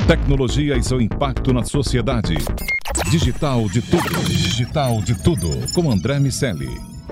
Tecnologia e seu impacto na sociedade. Digital de tudo. Digital de tudo. Com André Miceli.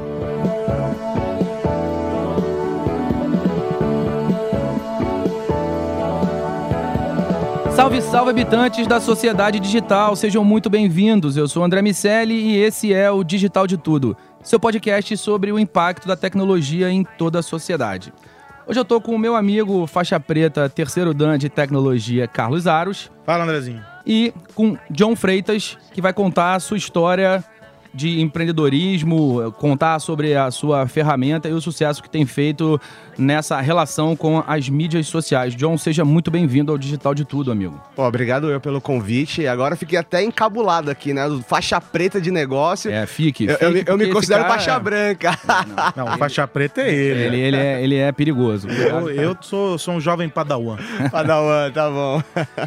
Salve, salve, habitantes da sociedade digital, sejam muito bem-vindos. Eu sou André Miceli e esse é o Digital de Tudo, seu podcast sobre o impacto da tecnologia em toda a sociedade. Hoje eu tô com o meu amigo faixa preta, terceiro dan de tecnologia, Carlos Aros. Fala, Andrezinho. E com John Freitas, que vai contar a sua história de empreendedorismo, contar sobre a sua ferramenta e o sucesso que tem feito nessa relação com as mídias sociais. John, seja muito bem-vindo ao Digital de Tudo, amigo. Pô, obrigado eu pelo convite. Agora fiquei até encabulado aqui, né? Faixa preta de negócio. Fique. Eu me considero faixa branca. Não, faixa preta é ele. Ele é perigoso. Eu sou um jovem padawan. Padawan, tá bom.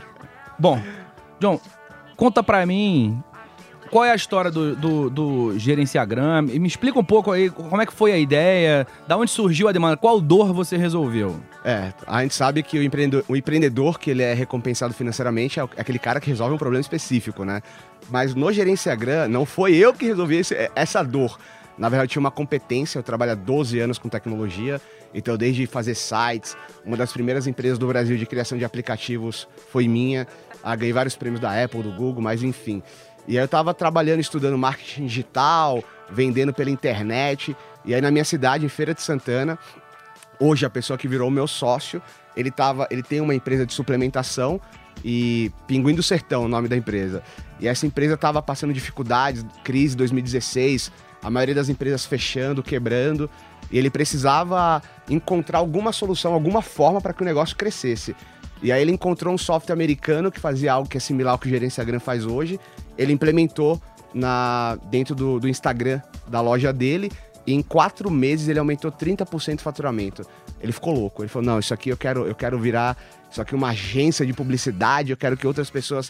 Bom, John, conta pra mim qual é a história do Gerenciagram. Me explica um pouco aí como é que foi a ideia, da onde surgiu a demanda, qual dor você resolveu? A gente sabe que o empreendedor que ele é recompensado financeiramente é aquele cara que resolve um problema específico, né? Mas no Gerenciagram não foi eu que resolvi essa dor. Na verdade, eu tinha uma competência, eu trabalho há 12 anos com tecnologia, então desde fazer sites, uma das primeiras empresas do Brasil de criação de aplicativos foi minha, ganhei vários prêmios da Apple, do Google, mas enfim. E aí eu estava trabalhando, estudando marketing digital, vendendo pela internet, e aí na minha cidade, em Feira de Santana, hoje a pessoa que virou meu sócio, ele tem uma empresa de suplementação, e Pinguim do Sertão, o nome da empresa. E essa empresa estava passando dificuldades, crise 2016, a maioria das empresas fechando, quebrando, e ele precisava encontrar alguma solução, alguma forma para que o negócio crescesse. E aí ele encontrou um software americano que fazia algo que é similar ao que o Gerenciagram faz hoje, ele implementou dentro do Instagram da loja dele, e em 4 meses ele aumentou 30% o faturamento. Ele ficou louco, ele falou, não, isso aqui eu quero virar isso aqui uma agência de publicidade, eu quero que outras pessoas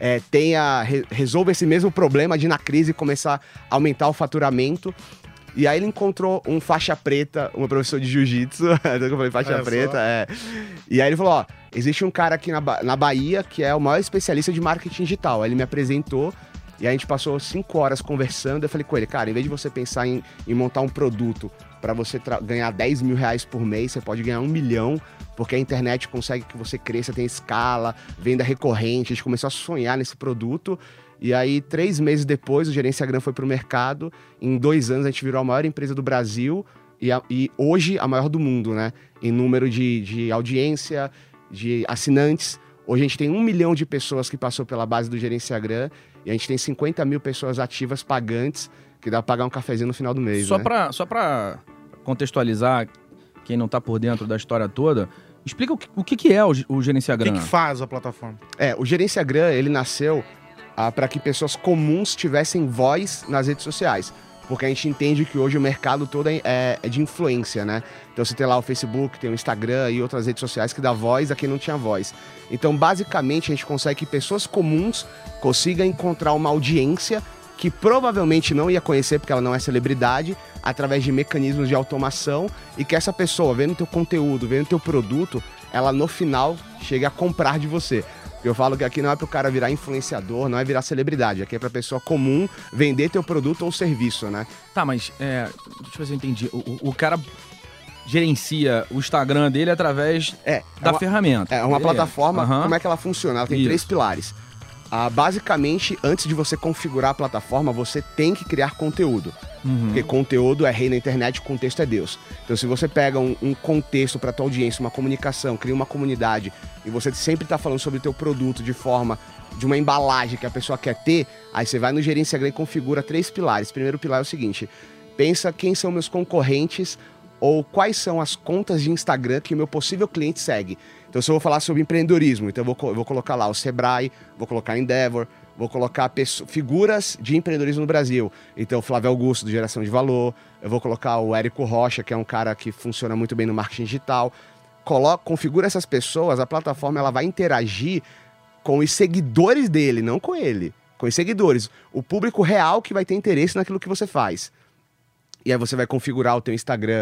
resolvam esse mesmo problema de na crise começar a aumentar o faturamento. E aí ele encontrou um faixa preta, uma professora de jiu-jitsu, eu falei faixa preta, E aí ele falou, ó, existe um cara aqui na Bahia que é o maior especialista de marketing digital. Aí ele me apresentou e aí a gente passou 5 horas conversando. Eu falei com ele, cara, em vez de você pensar em montar um produto para você ganhar 10 mil reais por mês, você pode ganhar 1 milhão, porque a internet consegue que você cresça, tem escala, venda recorrente. A gente começou a sonhar nesse produto. E aí, 3 meses depois, o Gerenciagram foi pro mercado. Em 2 anos, a gente virou a maior empresa do Brasil e hoje a maior do mundo, né? Em número de audiência, de assinantes. Hoje a gente tem 1 milhão de pessoas que passou pela base do Gerenciagram e a gente tem 50 mil pessoas ativas pagantes que dá pra pagar um cafezinho no final do mês, Só né? Só pra contextualizar quem não tá por dentro da história toda, explica o que é o Gerenciagram. O que faz a plataforma? O Gerenciagram, ele nasceu para que pessoas comuns tivessem voz nas redes sociais. Porque a gente entende que hoje o mercado todo é de influência, né? Então você tem lá o Facebook, tem o Instagram e outras redes sociais que dá voz a quem não tinha voz. Então, basicamente, a gente consegue que pessoas comuns consigam encontrar uma audiência que provavelmente não ia conhecer porque ela não é celebridade, através de mecanismos de automação, e que essa pessoa, vendo teu conteúdo, vendo teu produto, ela no final chegue a comprar de você. Eu falo que aqui não é pro cara virar influenciador, não é virar celebridade. Aqui é pra pessoa comum vender teu produto ou serviço, né? Tá, mas deixa eu ver se eu entendi. O cara gerencia o Instagram dele através da ferramenta. É uma plataforma, Uhum. Como é que ela funciona? Ela tem 3 pilares. Basicamente, antes de você configurar a plataforma, você tem que criar conteúdo. Porque conteúdo é rei na internet, contexto é Deus. Então, se você pega um contexto para tua audiência, uma comunicação, cria uma comunidade, e você sempre está falando sobre o teu produto de uma embalagem que a pessoa quer ter, aí você vai no Gerenciagram e configura 3 pilares. O primeiro pilar é o seguinte, pensa quem são meus concorrentes ou quais são as contas de Instagram que o meu possível cliente segue. Então, se eu vou falar sobre empreendedorismo, então eu vou colocar lá o Sebrae, vou colocar Endeavor, vou colocar figuras de empreendedorismo no Brasil. Então, o Flávio Augusto, do Geração de Valor, eu vou colocar o Érico Rocha, que é um cara que funciona muito bem no marketing digital. Configura essas pessoas, a plataforma ela vai interagir com os seguidores dele, não com ele, com os seguidores. O público real que vai ter interesse naquilo que você faz. E aí você vai configurar o teu Instagram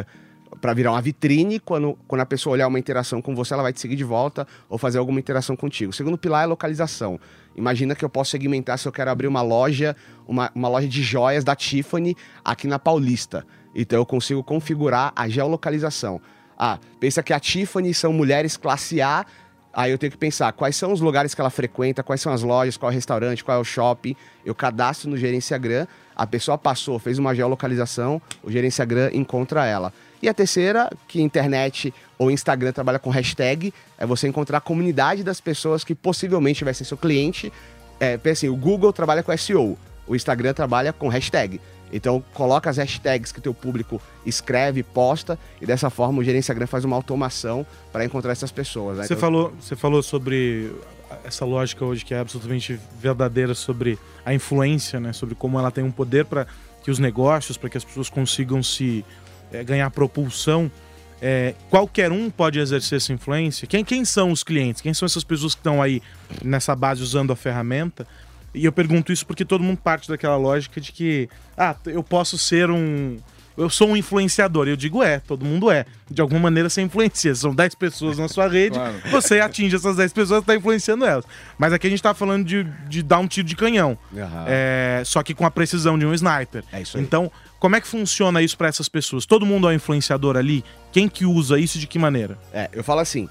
para virar uma vitrine, quando a pessoa olhar uma interação com você, ela vai te seguir de volta ou fazer alguma interação contigo. O segundo pilar é localização. Imagina que eu posso segmentar se eu quero abrir uma loja de joias da Tiffany aqui na Paulista. Então eu consigo configurar a geolocalização. Pensa que a Tiffany são mulheres classe A, aí eu tenho que pensar quais são os lugares que ela frequenta, quais são as lojas, qual é o restaurante, qual é o shopping. Eu cadastro no Gerenciagram, a pessoa passou, fez uma geolocalização, o Gerenciagram encontra ela. E a terceira, que internet ou Instagram trabalha com hashtag, é você encontrar a comunidade das pessoas que possivelmente vai ser seu cliente. Pensa assim, o Google trabalha com SEO, o Instagram trabalha com hashtag. Então, coloca as hashtags que o teu público escreve, posta, e dessa forma o Gerenciagram faz uma automação para encontrar essas pessoas. Né? Você falou sobre essa lógica hoje que é absolutamente verdadeira sobre a influência, né? Sobre como ela tem um poder para que os negócios, para que as pessoas consigam ganhar propulsão. Qualquer um pode exercer essa influência. Quem são os clientes? Quem são essas pessoas que estão aí nessa base usando a ferramenta? E eu pergunto isso porque todo mundo parte daquela lógica de que eu posso ser eu sou um influenciador. Eu digo todo mundo é. De alguma maneira você influencia. São 10 pessoas na sua rede, claro. Você atinge essas 10 pessoas e está influenciando elas. Mas aqui a gente está falando de dar um tiro de canhão. Uhum. Só que com a precisão de um sniper. É isso aí. Então, como é que funciona isso para essas pessoas? Todo mundo é um influenciador ali? Quem que usa isso e de que maneira? Eu falo assim,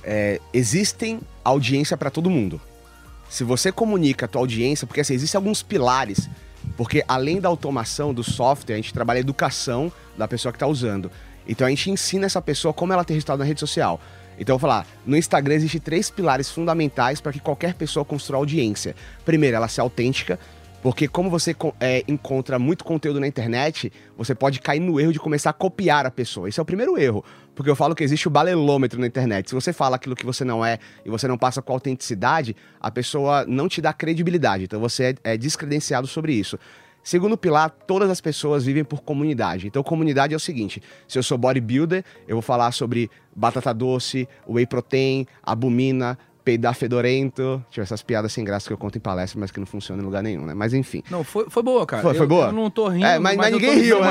existem audiência para todo mundo. Se você comunica a tua audiência, porque assim, existem alguns pilares, porque além da automação do software, a gente trabalha a educação da pessoa que está usando. Então a gente ensina essa pessoa como ela tem resultado na rede social. Então eu vou falar, no Instagram existem 3 pilares fundamentais para que qualquer pessoa construa audiência. Primeiro, ela ser autêntica, porque como você encontra muito conteúdo na internet, você pode cair no erro de começar a copiar a pessoa. Esse é o primeiro erro, porque eu falo que existe o balelômetro na internet. Se você fala aquilo que você não é e você não passa com autenticidade, a pessoa não te dá credibilidade, então você é descredenciado sobre isso. Segundo pilar, todas as pessoas vivem por comunidade. Então comunidade é o seguinte, se eu sou bodybuilder, eu vou falar sobre batata doce, whey protein, albumina, peidar fedorento. Tipo, essas piadas sem graça que eu conto em palestra, mas que não funcionam em lugar nenhum, né? Mas enfim. Não, foi boa, cara. Foi boa? Eu não tô rindo, mas ninguém riu.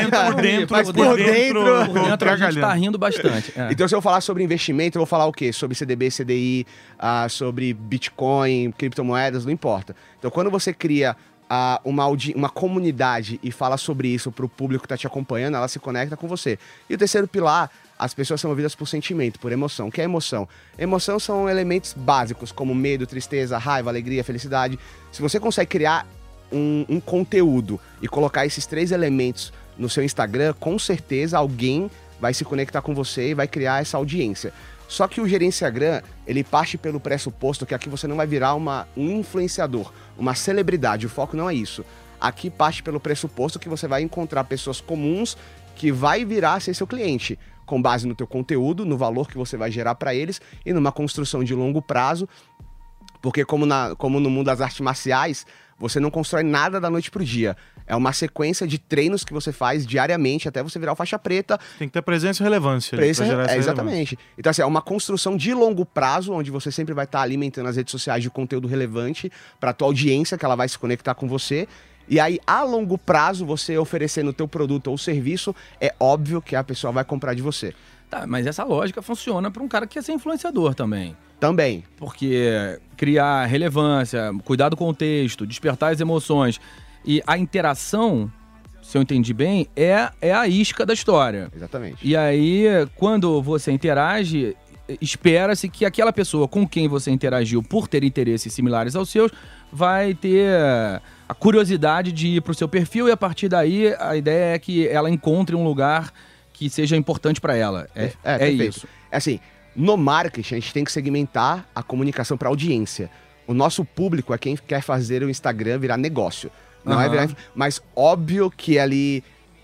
Por dentro a gente tá rindo bastante. Então, se eu falar sobre investimento, eu vou falar o quê? Sobre CDB, CDI, sobre Bitcoin, criptomoedas, não importa. Então, quando você cria uma comunidade e fala sobre isso pro público que tá te acompanhando, ela se conecta com você. E o terceiro pilar, as pessoas são movidas por sentimento, por emoção. O que é emoção? Emoção são elementos básicos, como medo, tristeza, raiva, alegria, felicidade. Se você consegue criar um conteúdo e colocar esses 3 elementos no seu Instagram, com certeza alguém vai se conectar com você e vai criar essa audiência. Só que o Gerenciagram, ele parte pelo pressuposto que aqui você não vai virar um influenciador, uma celebridade. O foco não é isso. Aqui parte pelo pressuposto que você vai encontrar pessoas comuns que vai virar a ser seu cliente, com base no teu conteúdo, no valor que você vai gerar para eles e numa construção de longo prazo, porque como no mundo das artes marciais, você não constrói nada da noite pro dia. É uma sequência de treinos que você faz diariamente até você virar o faixa preta. Tem que ter presença e relevância. Exatamente. Então, assim, é uma construção de longo prazo, onde você sempre vai estar alimentando as redes sociais de conteúdo relevante para a tua audiência, que ela vai se conectar com você. E aí, a longo prazo, você oferecendo o teu produto ou serviço, é óbvio que a pessoa vai comprar de você. Tá, mas essa lógica funciona para um cara que quer ser influenciador também. Também. Porque criar relevância, cuidar do contexto, despertar as emoções e a interação, se eu entendi bem, é a isca da história. Exatamente. E aí, quando você interage, espera-se que aquela pessoa com quem você interagiu por ter interesses similares aos seus vai ter a curiosidade de ir para o seu perfil e a partir daí a ideia é que ela encontre um lugar que seja importante para ela. É isso. É assim, no marketing a gente tem que segmentar a comunicação para audiência. O nosso público é quem quer fazer o Instagram virar negócio. Não é virar, mas óbvio que ali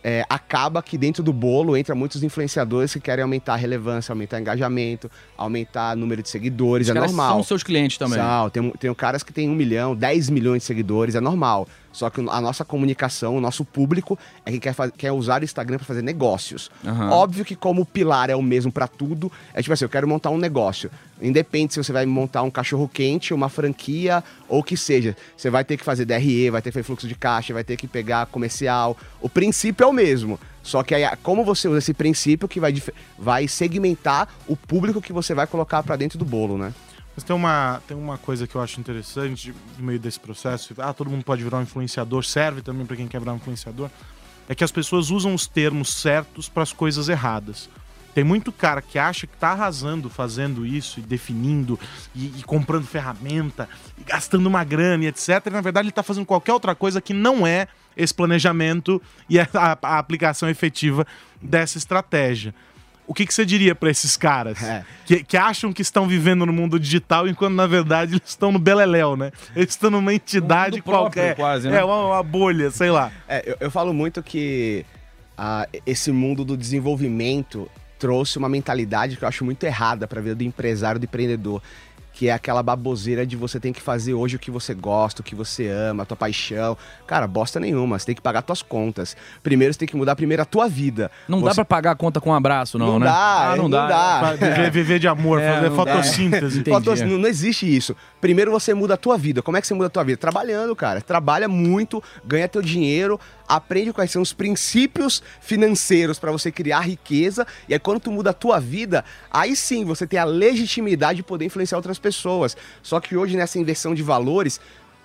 acaba que dentro do bolo entra muitos influenciadores que querem aumentar a relevância, aumentar o engajamento, aumentar o número de seguidores, Os caras normal. São seus clientes também. Tem caras que têm 1 milhão, 10 milhões de seguidores, é normal. Só que a nossa comunicação, o nosso público é que quer usar o Instagram para fazer negócios. Óbvio que como o pilar é o mesmo para tudo, é tipo assim, eu quero montar um negócio. Independe se você vai montar um cachorro-quente, uma franquia ou o que seja. Você vai ter que fazer DRE, vai ter que fazer fluxo de caixa, vai ter que pegar comercial. O princípio é o mesmo. Só que aí, como você usa esse princípio que vai segmentar o público que você vai colocar para dentro do bolo, né? Mas tem uma coisa que eu acho interessante no meio desse processo. Todo mundo pode virar um influenciador, serve também para quem quer virar um influenciador. É que as pessoas usam os termos certos para as coisas erradas. Tem muito cara que acha que tá arrasando fazendo isso e definindo e comprando ferramenta e gastando uma grana e etc. E na verdade ele tá fazendo qualquer outra coisa que não é esse planejamento e a aplicação efetiva dessa estratégia. O que você diria para esses caras que acham que estão vivendo no mundo digital enquanto na verdade eles estão no beleléu, né? Eles estão numa entidade qualquer, quase, né? uma bolha, sei lá. Eu falo muito que esse mundo do desenvolvimento trouxe uma mentalidade que eu acho muito errada para a vida do empresário, do empreendedor, que é aquela baboseira de você tem que fazer hoje o que você gosta, o que você ama, a tua paixão. Cara, bosta nenhuma, você tem que pagar tuas contas. Primeiro você tem que mudar a tua vida. Não dá pra pagar a conta com um abraço, não, né? Não dá. Viver de amor, fazer fotossíntese. Não existe isso. Primeiro você muda a tua vida. Como é que você muda a tua vida? Trabalhando, cara. Trabalha muito, ganha teu dinheiro, aprende quais são os princípios financeiros para você criar riqueza, e aí quando tu muda a tua vida, aí sim você tem a legitimidade de poder influenciar outras pessoas. Só que hoje nessa inversão de valores,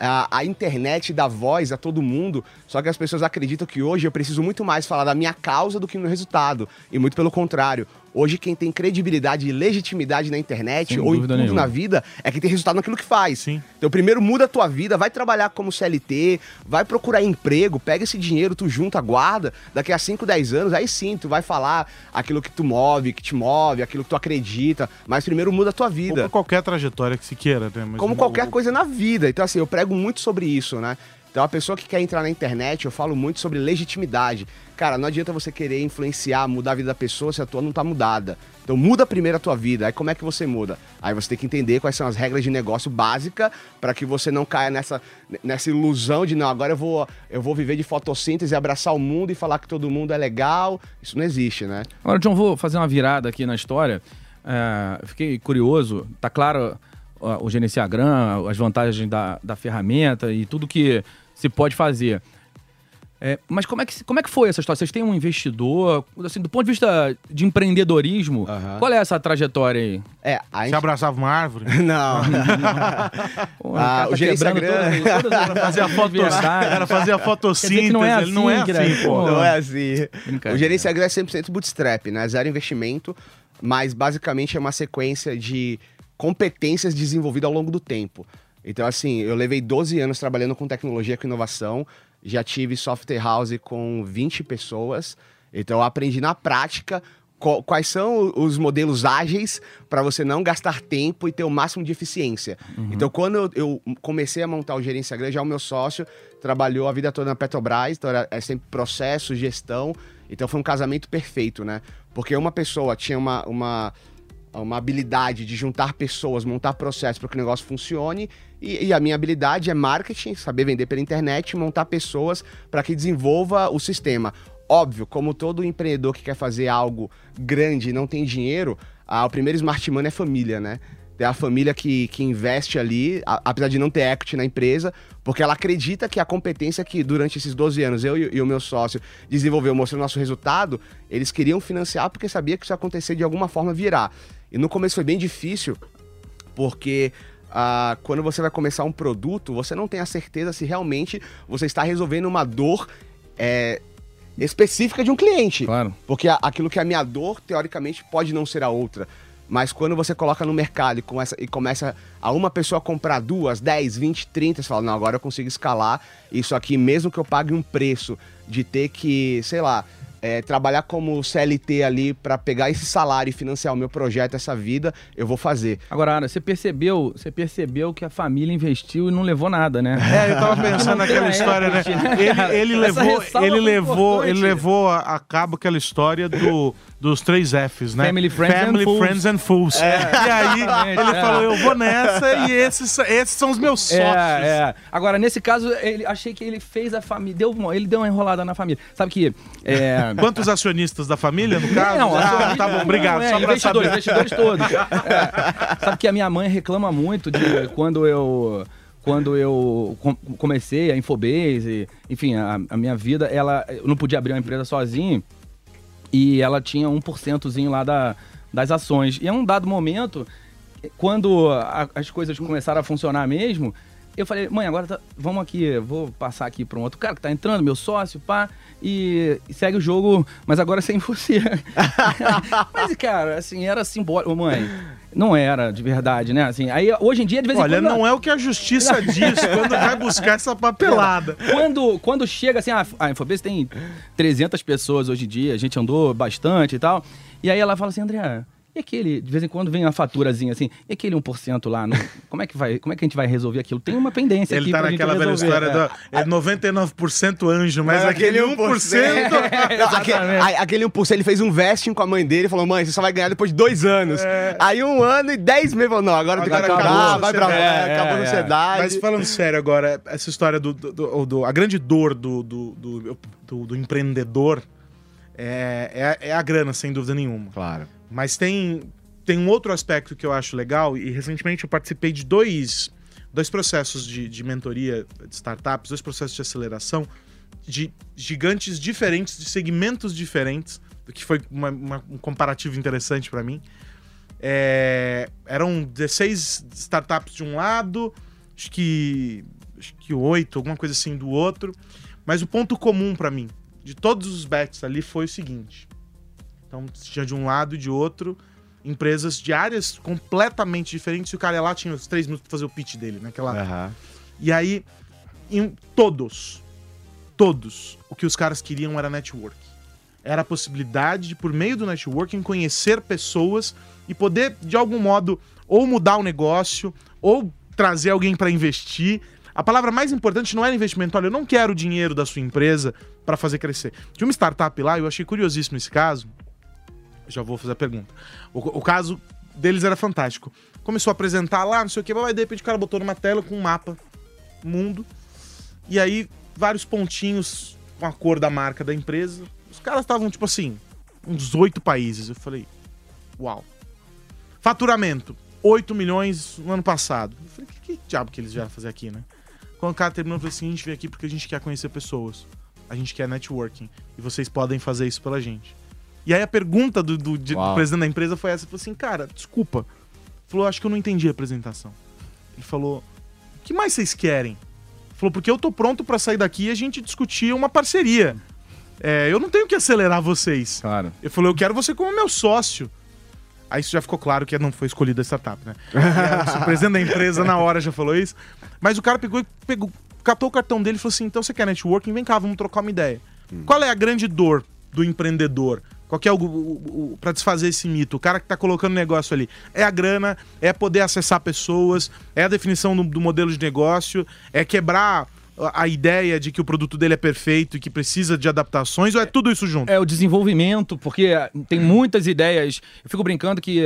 a internet dá voz a todo mundo, só que as pessoas acreditam que hoje eu preciso muito mais falar da minha causa do que do meu resultado, e muito pelo contrário. Hoje quem tem credibilidade e legitimidade na internet sem ou em tudo nenhuma na vida é quem tem resultado naquilo que faz. Sim. Então primeiro muda a tua vida, vai trabalhar como CLT, vai procurar emprego, pega esse dinheiro, tu junta, guarda, daqui a 5, 10 anos, aí sim, tu vai falar aquilo que tu move, que te move, aquilo que tu acredita, mas primeiro muda a tua vida. Ou qualquer trajetória que se queira, né? Mas como qualquer coisa na vida. Então assim, eu prego muito sobre isso, né? Então a pessoa que quer entrar na internet, eu falo muito sobre legitimidade. Cara, não adianta você querer influenciar, mudar a vida da pessoa se a tua não tá mudada. Então muda primeiro a tua vida. Aí como é que você muda? Aí você tem que entender quais são as regras de negócio básicas para que você não caia nessa ilusão de não, agora eu vou viver de fotossíntese, abraçar o mundo e falar que todo mundo é legal. Isso não existe, né? Agora, John, vou fazer uma virada aqui na história. Fiquei curioso. Tá claro o Gerenciagram, as vantagens da ferramenta e tudo que se pode fazer. Mas como é que foi essa história? Vocês têm um investidor, assim, do ponto de vista de empreendedorismo, qual é essa trajetória aí? Você abraçava uma árvore? Não. O Gerenciagram... Era fazer a fotossíntese, não é assim, ele não é assim, pô. Não é assim. O Gerenciagram é 100% bootstrap, né? Zero investimento, mas basicamente é uma sequência de competências desenvolvidas ao longo do tempo. Então, assim, eu levei 12 anos trabalhando com tecnologia, com inovação, já tive software house com 20 pessoas, então eu aprendi na prática quais são os modelos ágeis para você não gastar tempo e ter o máximo de eficiência. Então, quando eu comecei a montar o Gerenciagram, já o meu sócio trabalhou a vida toda na Petrobras, então é sempre processo, gestão, então foi um casamento perfeito, né? Porque uma pessoa tinha uma habilidade de juntar pessoas, montar processos para que o negócio funcione, e a minha habilidade é marketing, saber vender pela internet, montar pessoas para que desenvolva o sistema. Óbvio, como todo empreendedor que quer fazer algo grande e não tem dinheiro, o primeiro smart money é família, né? É a família que investe ali, apesar de não ter equity na empresa, porque ela acredita que a competência que durante esses 12 anos eu e o meu sócio desenvolveu, mostrando nosso resultado, eles queriam financiar porque sabia que isso ia acontecer de alguma forma virar. E no começo foi bem difícil, porque quando você vai começar um produto, você não tem a certeza se realmente você está resolvendo uma dor específica de um cliente. Claro. Porque aquilo que é a minha dor, teoricamente, pode não ser a outra. Mas quando você coloca no mercado e começa a uma pessoa comprar 2, 10, 20, 30, você fala, não, agora eu consigo escalar isso aqui, mesmo que eu pague um preço de ter que, sei lá, trabalhar como CLT ali para pegar esse salário e financiar o meu projeto, essa vida, eu vou fazer. Agora, Ana, você percebeu que a família investiu e não levou nada, né? Eu tava pensando naquela história, né? Ele levou a cabo aquela história dos 3 Fs, né? Family, Friends and Fools. E aí ele falou, eu vou nessa e esses são os meus sócios. Agora, nesse caso, achei que ele fez a família, ele deu uma enrolada na família. Sabe que... Quantos acionistas da família, no caso? Não, tá bom, obrigado. Só pra saber. Investidores todos. Sabe que a minha mãe reclama muito de quando eu comecei a Infobase, enfim, a minha vida, eu não podia abrir uma empresa sozinho e ela tinha 1%zinho lá das ações. E a um dado momento, quando as coisas começaram a funcionar mesmo, eu falei, mãe, agora vamos aqui, vou passar aqui para um outro cara que tá entrando, meu sócio, pá, e segue o jogo, mas agora sem você. Mas, cara, assim, era simbólico. Mãe, não era de verdade, né? Assim, aí, hoje em dia, de vez em quando... Olha, não é o que a justiça diz quando vai buscar essa papelada. Quando chega, assim, a Infobase tem 300 pessoas hoje em dia, a gente andou bastante e tal, e aí ela fala assim, André... E aquele, de vez em quando vem uma faturazinha assim, e aquele 1% lá, como é que a gente vai resolver aquilo? Tem uma pendência aqui pra gente resolver. Ele tá naquela velha história do 99% anjo, mas aquele 1%... Aquele 1%, ele fez um vesting com a mãe dele e falou, mãe, você só vai ganhar depois de 2 anos. Aí 1 ano e 10 meses, falou, não, agora tem que acabar, vai pra lá, acabou a sociedade. Mas falando sério agora, essa história a grande dor do empreendedor é a grana, sem dúvida nenhuma. Claro. Mas tem um outro aspecto que eu acho legal, e recentemente eu participei de dois processos de mentoria de startups, 2 processos de aceleração de gigantes diferentes, de segmentos diferentes, que foi um comparativo interessante para mim. Eram 16 startups de um lado, acho que 8, alguma coisa assim do outro, mas o ponto comum para mim, de todos os bets ali, foi o seguinte... Então, tinha de um lado e de outro, empresas de áreas completamente diferentes, e o cara ia lá, tinha os 3 minutos pra fazer o pitch dele, né? E aí, todos, o que os caras queriam era network. Era a possibilidade de, por meio do networking, conhecer pessoas e poder, de algum modo, ou mudar o negócio, ou trazer alguém para investir. A palavra mais importante não era investimento. Olha, eu não quero o dinheiro da sua empresa para fazer crescer. Tinha uma startup lá, eu achei curiosíssimo esse caso. Já vou fazer a pergunta. O caso deles era fantástico. Começou a apresentar lá, não sei o que, de repente o cara botou numa tela com um mapa mundo, e aí vários pontinhos com a cor da marca da empresa. Os caras estavam, tipo assim, uns 8 países. Eu falei, uau. Faturamento, 8 milhões no ano passado. Eu falei, que diabo que eles vieram fazer aqui, né? Quando o cara terminou, eu falei assim, a gente veio aqui porque a gente quer conhecer pessoas. A gente quer networking. E vocês podem fazer isso pela gente. E aí a pergunta do presidente da empresa foi essa. Ele falou assim, cara, desculpa. Ele falou, acho que eu não entendi a apresentação. Ele falou, o que mais vocês querem? Ele falou, porque eu tô pronto pra sair daqui e a gente discutir uma parceria. Eu não tenho que acelerar vocês. Claro. Ele falou, eu quero você como meu sócio. Aí isso já ficou claro que não foi escolhida a startup, né? O presidente da empresa na hora já falou isso. Mas o cara catou o cartão dele e falou assim, então você quer networking? Vem cá, vamos trocar uma ideia. Qual é a grande dor do empreendedor? Qual que é pra desfazer esse mito? O cara que tá colocando negócio ali. É a grana, é poder acessar pessoas, é a definição do modelo de negócio, é quebrar a ideia de que o produto dele é perfeito e que precisa de adaptações, ou é tudo isso junto? É o desenvolvimento, porque tem muitas ideias. Eu fico brincando que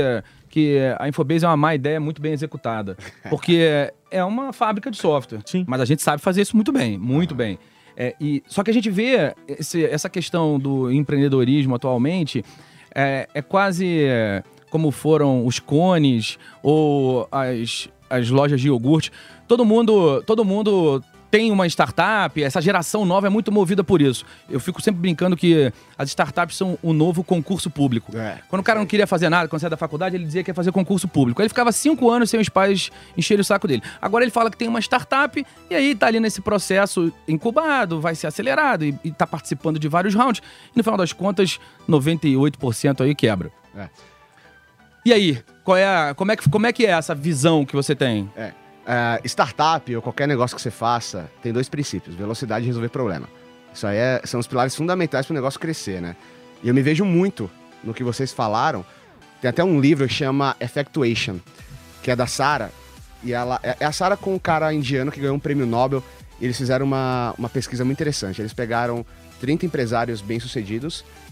a Infobase é uma má ideia muito bem executada. Porque é uma fábrica de software. Sim. Mas a gente sabe fazer isso muito bem, muito bem. Só que a gente vê essa questão do empreendedorismo atualmente é quase como foram os cones ou as lojas de iogurte. Todo mundo tem uma startup, essa geração nova é muito movida por isso. Eu fico sempre brincando que as startups são o novo concurso público. Quando o cara não queria fazer nada, quando saía da faculdade, ele dizia que ia fazer concurso público. Aí ele ficava 5 anos sem os pais encherem o saco dele. Agora ele fala que tem uma startup e aí tá ali nesse processo incubado, vai ser acelerado e tá participando de vários rounds. E no final das contas, 98% aí quebra. E aí, como é que é essa visão que você tem? Startup ou qualquer negócio que você faça tem 2 princípios: velocidade e resolver problema. Isso aí são os pilares fundamentais para o negócio crescer, né? E eu me vejo muito no que vocês falaram. Tem até um livro que chama Effectuation, que é da Sarah. E ela é a Sarah com um cara indiano que ganhou um prêmio Nobel. E eles fizeram uma pesquisa muito interessante. Eles pegaram 30 empresários bem-sucedidos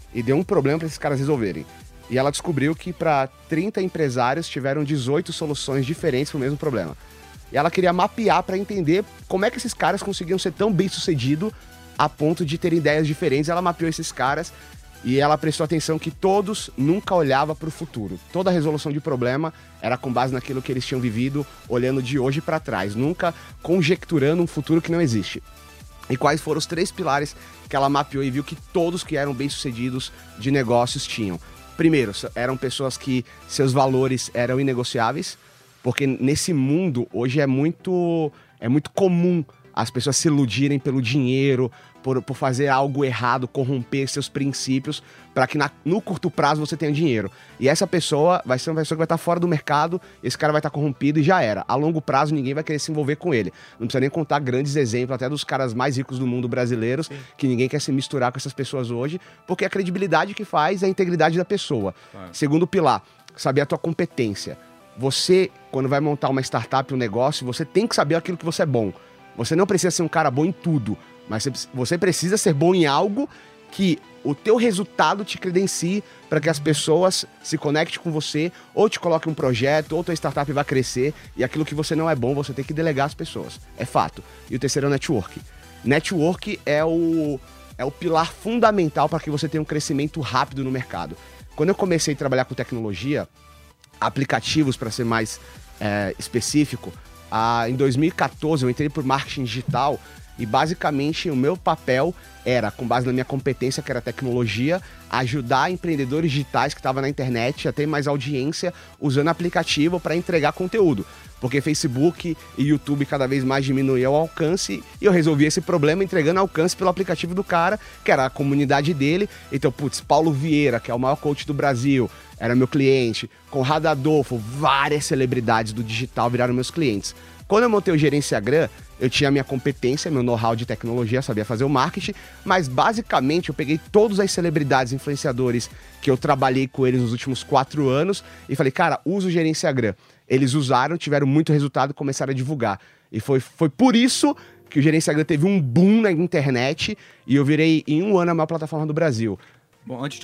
e deu um problema para esses caras resolverem. E ela descobriu que para 30 empresários tiveram 18 soluções diferentes para o mesmo problema. E ela queria mapear para entender como é que esses caras conseguiam ser tão bem-sucedidos a ponto de ter ideias diferentes. Ela mapeou esses caras e ela prestou atenção que todos nunca olhavam para o futuro. Toda resolução de problema era com base naquilo que eles tinham vivido, olhando de hoje para trás, nunca conjecturando um futuro que não existe. E quais foram os 3 pilares que ela mapeou e viu que todos que eram bem-sucedidos de negócios tinham? Primeiro, eram pessoas que seus valores eram inegociáveis, porque nesse mundo hoje é muito comum as pessoas se iludirem pelo dinheiro, por fazer algo errado, corromper seus princípios, para que no curto prazo você tenha dinheiro. E essa pessoa vai ser uma pessoa que vai estar fora do mercado, esse cara vai estar corrompido e já era. A longo prazo ninguém vai querer se envolver com ele. Não precisa nem contar grandes exemplos, até dos caras mais ricos do mundo brasileiros, sim, que ninguém quer se misturar com essas pessoas hoje, porque a credibilidade que faz é a integridade da pessoa. Segundo pilar, saber a tua competência. Você, quando vai montar uma startup, um negócio, você tem que saber aquilo que você é bom. Você não precisa ser um cara bom em tudo, mas você precisa ser bom em algo que o teu resultado te credencie para que as pessoas se conectem com você, ou te coloquem um projeto, ou tua startup vai crescer, e aquilo que você não é bom, você tem que delegar às pessoas. É fato. E o terceiro é o network. Network é o pilar fundamental para que você tenha um crescimento rápido no mercado. Quando eu comecei a trabalhar com tecnologia, aplicativos, para ser mais específico, em 2014 eu entrei por marketing digital e basicamente o meu papel era, com base na minha competência, que era tecnologia, ajudar empreendedores digitais que estavam na internet a ter mais audiência usando aplicativo para entregar conteúdo. Porque Facebook e YouTube cada vez mais diminuíam o alcance e eu resolvi esse problema entregando alcance pelo aplicativo do cara, que era a comunidade dele. Então, Paulo Vieira, que é o maior coach do Brasil, era meu cliente. Conrado Adolfo, várias celebridades do digital viraram meus clientes. Quando eu montei o Gerenciagram, eu tinha a minha competência, meu know-how de tecnologia, sabia fazer o marketing, mas basicamente eu peguei todas as celebridades, influenciadores que eu trabalhei com eles nos últimos 4 anos e falei, cara, usa o Gerenciagram. Eles usaram, tiveram muito resultado e começaram a divulgar. E foi por isso que o Gerenciagram teve um boom na internet e eu virei em 1 ano a maior plataforma do Brasil. Bom, antes de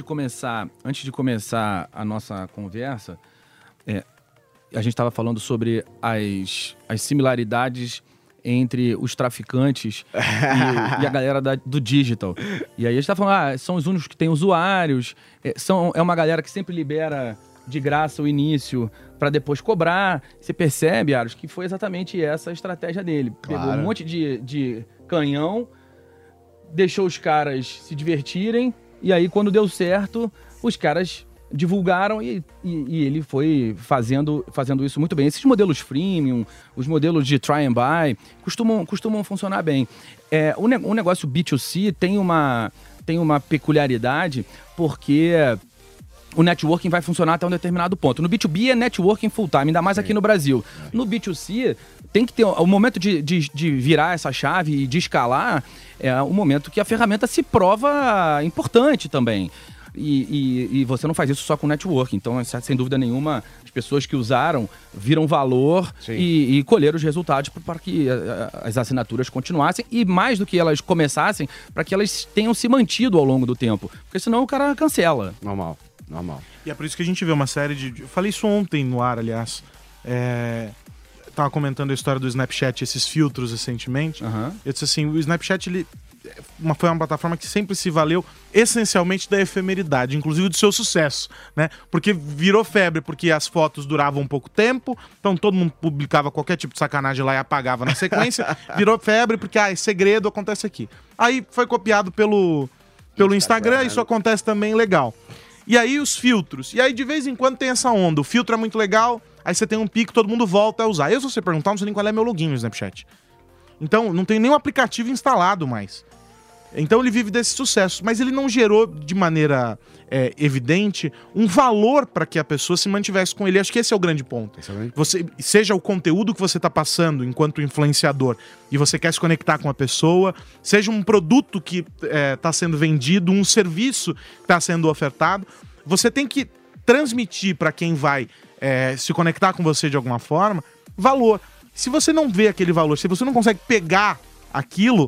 começar a nossa conversa, a gente estava falando sobre as similaridades entre os traficantes e a galera do digital. E aí a gente tá falando, são os únicos que têm usuários, é uma galera que sempre libera de graça o início para depois cobrar. Você percebe, Aros, que foi exatamente essa a estratégia dele. Claro. Pegou um monte de canhão, deixou os caras se divertirem, e aí quando deu certo, os caras divulgaram e ele foi fazendo isso muito bem. Esses modelos freemium, os modelos de try and buy, costumam funcionar bem. O negócio B2C tem uma peculiaridade, porque o networking vai funcionar até um determinado ponto. No B2B é networking full time, ainda mais aqui no Brasil. No B2C, tem que ter o momento de virar essa chave e de escalar, é o momento que a ferramenta se prova importante também. E você não faz isso só com networking. Então, sem dúvida nenhuma, as pessoas que usaram viram valor e colheram os resultados para que as assinaturas continuassem e, mais do que elas começassem, para que elas tenham se mantido ao longo do tempo. Porque senão o cara cancela. Normal. E é por isso que a gente vê uma série de... Eu falei isso ontem no ar, aliás. Tava comentando a história do Snapchat, esses filtros recentemente. Eu disse assim, o Snapchat, foi uma plataforma que sempre se valeu essencialmente da efemeridade, inclusive do seu sucesso, né? Porque virou febre, porque as fotos duravam um pouco tempo, então todo mundo publicava qualquer tipo de sacanagem lá e apagava na sequência. Virou febre porque, segredo, acontece aqui. Aí foi copiado pelo Instagram, isso acontece também, legal. E aí os filtros, e aí de vez em quando tem essa onda, o filtro é muito legal, aí você tem um pico, todo mundo volta a usar. Se você perguntar, não sei nem qual é meu login no Snapchat. Então, não tem nenhum aplicativo instalado mais. Então ele vive desses sucessos, mas ele não gerou de maneira evidente um valor para que a pessoa se mantivesse com ele. Acho que esse é o grande ponto. Seja o conteúdo que você está passando enquanto influenciador e você quer se conectar com a pessoa, seja um produto que está sendo vendido, um serviço que está sendo ofertado, você tem que transmitir para quem vai se conectar com você de alguma forma valor. Se você não vê aquele valor, se você não consegue pegar aquilo,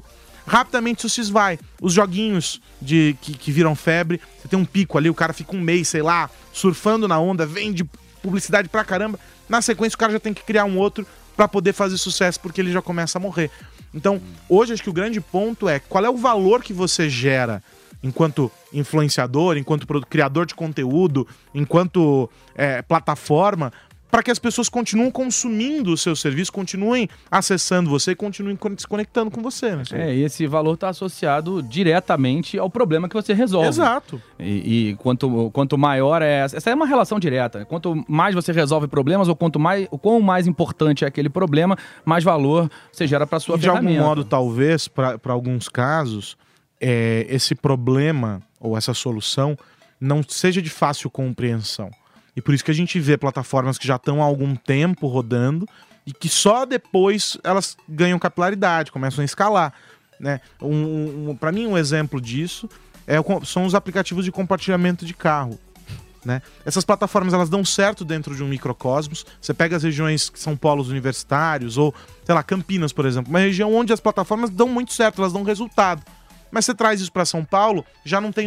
rapidamente isso se esvai. Os joguinhos que viram febre, você tem um pico ali, o cara fica um mês, sei lá, surfando na onda, vende publicidade pra caramba. Na sequência, o cara já tem que criar um outro pra poder fazer sucesso, porque ele já começa a morrer. Então, hoje, acho que o grande ponto é qual é o valor que você gera enquanto influenciador, enquanto criador de conteúdo, enquanto plataforma, para que as pessoas continuem consumindo o seu serviço, continuem acessando você e continuem se conectando com você, né? E esse valor está associado diretamente ao problema que você resolve. Exato. E quanto maior essa é uma relação direta. Quanto mais você resolve problemas, ou quão mais importante é aquele problema, mais valor você gera para sua ferramenta. De algum modo, talvez, para alguns casos, esse problema ou essa solução não seja de fácil compreensão. E por isso que a gente vê plataformas que já estão há algum tempo rodando e que só depois elas ganham capilaridade, começam a escalar, né? Para mim, um exemplo disso são os aplicativos de compartilhamento de carro, né? Essas plataformas, elas dão certo dentro de um microcosmos. Você pega as regiões que são polos universitários, ou, sei lá, Campinas, por exemplo, uma região onde as plataformas dão muito certo, elas dão resultado. Mas você traz isso para São Paulo, já não tem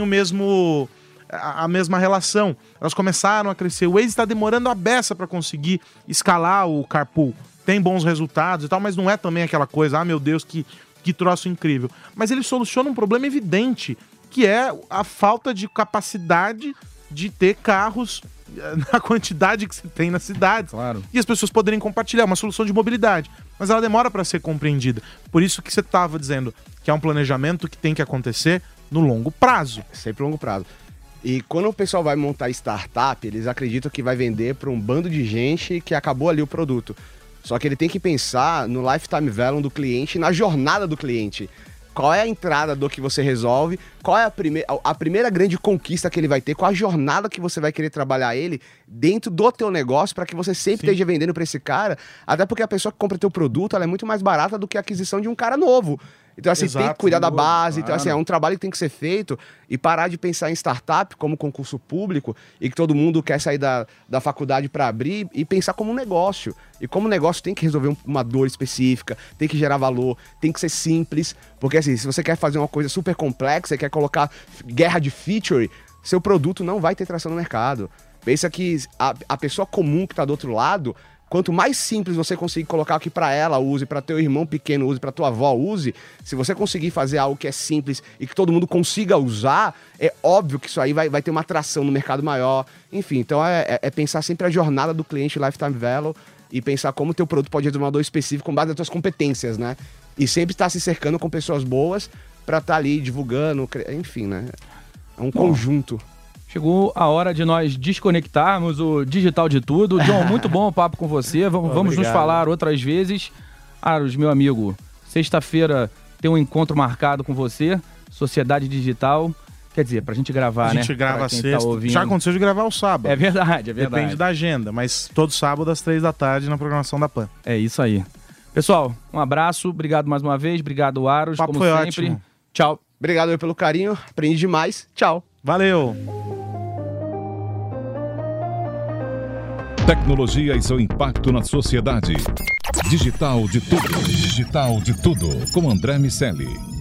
a mesma relação. Elas começaram a crescer. O Waze está demorando a beça para conseguir escalar o carpool. Tem bons resultados e tal, mas não é também aquela coisa, meu Deus, que troço incrível. Mas ele soluciona um problema evidente, que é a falta de capacidade de ter carros na quantidade que se tem nas cidades. Claro. E as pessoas poderem compartilhar, uma solução de mobilidade. Mas ela demora para ser compreendida. Por isso que você estava dizendo que é um planejamento que tem que acontecer no longo prazo. Sempre longo prazo. E quando o pessoal vai montar startup, eles acreditam que vai vender para um bando de gente que acabou ali o produto. Só que ele tem que pensar no lifetime value do cliente, na jornada do cliente. Qual é a entrada do que você resolve, qual é a primeira grande conquista que ele vai ter, qual a jornada que você vai querer trabalhar ele dentro do teu negócio para que você sempre esteja vendendo para esse cara, até porque a pessoa que compra teu produto, ela é muito mais barata do que a aquisição de um cara novo. Então, assim, Exato, tem que cuidar da base. claro. Então, assim, é um trabalho que tem que ser feito e parar de pensar em startup como concurso público e que todo mundo quer sair da faculdade para abrir e pensar como um negócio. E como negócio tem que resolver uma dor específica, tem que gerar valor, tem que ser simples. Porque, assim, se você quer fazer uma coisa super complexa, quer colocar guerra de feature, seu produto não vai ter tração no mercado. Pensa que a pessoa comum que está do outro lado, quanto mais simples você conseguir colocar aqui para ela use, para teu irmão pequeno use, para tua avó use, se você conseguir fazer algo que é simples e que todo mundo consiga usar, é óbvio que isso aí vai ter uma atração no mercado maior. Enfim, então é pensar sempre a jornada do cliente, lifetime value, e pensar como o teu produto pode resolver uma dor específica com base nas tuas competências, né? E sempre estar se cercando com pessoas boas para estar ali divulgando, enfim, né? É um conjunto. Chegou a hora de nós desconectarmos o digital de tudo. John, muito bom o papo com você. Vamos nos falar outras vezes. Aros, meu amigo, sexta-feira tem um encontro marcado com você, Sociedade Digital. Quer dizer, pra gente gravar, né? A gente grava sexta. Tá ouvindo. Já aconteceu de gravar o sábado. É verdade. Depende da agenda, mas todo sábado às 3 da tarde na programação da PAN. É isso aí. Pessoal, um abraço. Obrigado mais uma vez. Obrigado, Aros, O papo como foi sempre. ótimo. Tchau. Obrigado aí pelo carinho, aprendi demais. Tchau. Valeu! Tecnologia e seu impacto na sociedade. Digital de tudo. Digital de tudo. Com André Miceli.